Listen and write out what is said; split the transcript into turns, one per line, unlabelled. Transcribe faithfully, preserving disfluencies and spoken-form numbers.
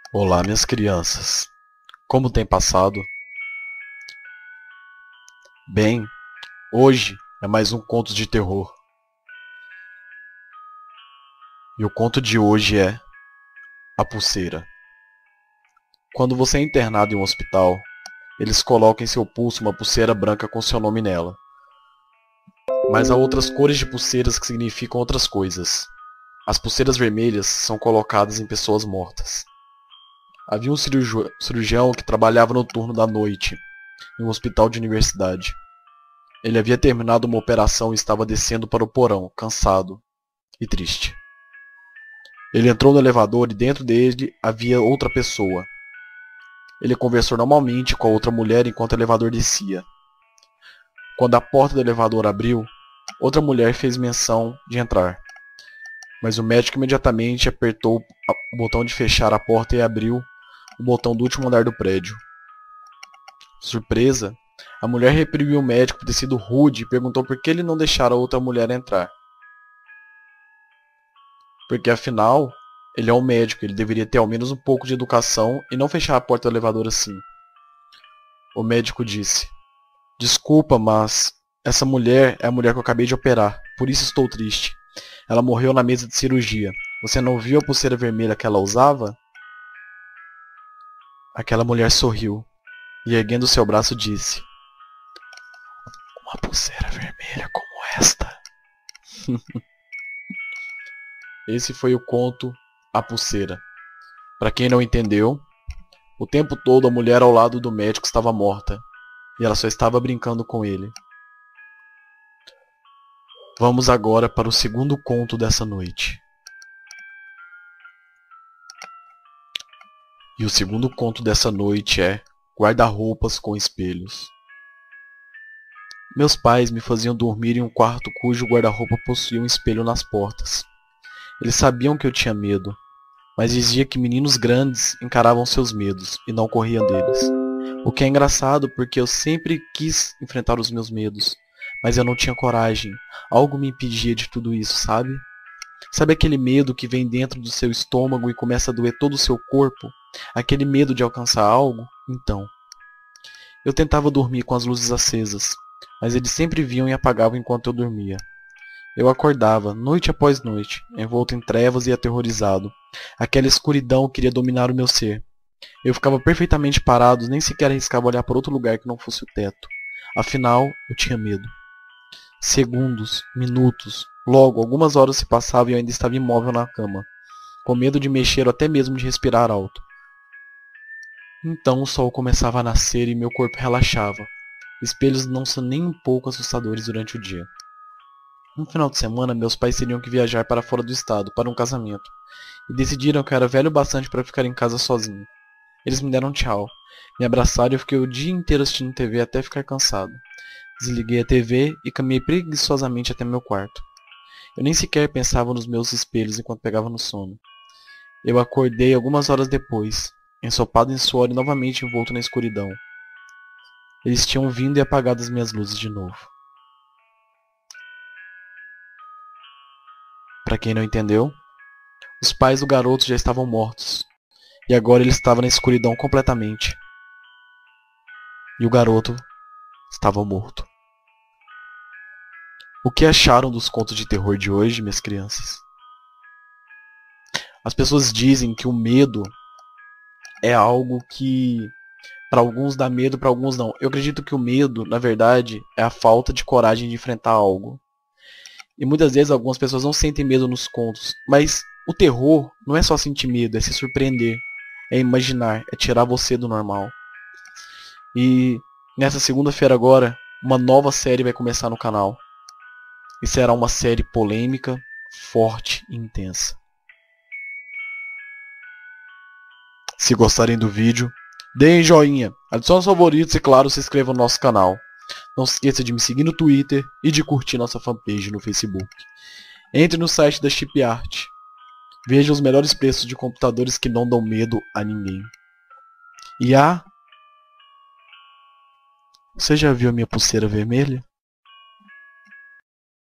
Olá, minhas crianças. Como tem passado? Bem, hoje é mais um conto de terror. E o conto de hoje é A Pulseira. Quando você é internado em um hospital, eles colocam em seu pulso uma pulseira branca com seu nome nela. Mas há outras cores de pulseiras que significam outras coisas. As pulseiras vermelhas são colocadas em pessoas mortas. Havia um cirurgi- cirurgião que trabalhava no turno da noite, em um hospital de universidade. Ele havia terminado uma operação e estava descendo para o porão, cansado e triste. Ele entrou no elevador e dentro dele havia outra pessoa. Ele conversou normalmente com a outra mulher enquanto o elevador descia. Quando a porta do elevador abriu, outra mulher fez menção de entrar. Mas o médico imediatamente apertou o botão de fechar a porta e abriu o botão do último andar do prédio. Surpresa, a mulher reprimiu o médico por ter sido rude e perguntou por que ele não deixara a outra mulher entrar. Porque afinal, ele é um médico, ele deveria ter ao menos um pouco de educação e não fechar a porta do elevador assim. O médico disse: Desculpa, mas essa mulher é a mulher que eu acabei de operar, por isso estou triste. Ela morreu na mesa de cirurgia. Você não viu a pulseira vermelha que ela usava? Aquela mulher sorriu e, erguendo seu braço, disse: Uma pulseira vermelha como esta. Esse foi o conto A Pulseira. Para quem não entendeu, o tempo todo a mulher ao lado do médico estava morta e ela só estava brincando com ele. Vamos agora para o segundo conto dessa noite. E o segundo conto dessa noite é Guarda-roupas com espelhos. Meus pais me faziam dormir em um quarto cujo guarda-roupa possuía um espelho nas portas. Eles sabiam que eu tinha medo, mas dizia que meninos grandes encaravam seus medos e não corriam deles. O que é engraçado porque eu sempre quis enfrentar os meus medos, mas eu não tinha coragem. Algo me impedia de tudo isso, sabe? Sabe aquele medo que vem dentro do seu estômago e começa a doer todo o seu corpo? Aquele medo de alcançar algo? Então, eu tentava dormir com as luzes acesas, mas eles sempre vinham e apagavam enquanto eu dormia. Eu acordava, noite após noite, envolto em trevas e aterrorizado. Aquela escuridão queria dominar o meu ser. Eu ficava perfeitamente parado, nem sequer arriscava olhar para outro lugar que não fosse o teto. Afinal, eu tinha medo. Segundos, minutos, logo, algumas horas se passavam e eu ainda estava imóvel na cama, com medo de mexer ou até mesmo de respirar alto. Então o sol começava a nascer e meu corpo relaxava. Espelhos não são nem um pouco assustadores durante o dia. No final de semana, meus pais teriam que viajar para fora do estado, para um casamento, e decidiram que eu era velho bastante para ficar em casa sozinho. Eles me deram tchau, me abraçaram e eu fiquei o dia inteiro assistindo T V até ficar cansado. Desliguei a T V e caminhei preguiçosamente até meu quarto. Eu nem sequer pensava nos meus espelhos enquanto pegava no sono. Eu acordei algumas horas depois, ensopado em suor e novamente envolto na escuridão. Eles tinham vindo e apagado as minhas luzes de novo. Para quem não entendeu, os pais do garoto já estavam mortos, e agora ele estava na escuridão completamente. E o garoto estava morto. O que acharam dos contos de terror de hoje, minhas crianças? As pessoas dizem que o medo é algo que para alguns dá medo, para alguns não. Eu acredito que o medo, na verdade, é a falta de coragem de enfrentar algo. E muitas vezes algumas pessoas não sentem medo nos contos, mas o terror não é só sentir medo, é se surpreender, é imaginar, é tirar você do normal. E nessa segunda-feira agora, uma nova série vai começar no canal. E será uma série polêmica, forte e intensa. Se gostarem do vídeo, deem joinha, adicione os favoritos e claro, se inscreva no nosso canal. Não se esqueça de me seguir no Twitter e de curtir nossa fanpage no Facebook. Entre no site da Chip Art. Veja os melhores preços de computadores que não dão medo a ninguém. E ah, você já viu a minha pulseira vermelha?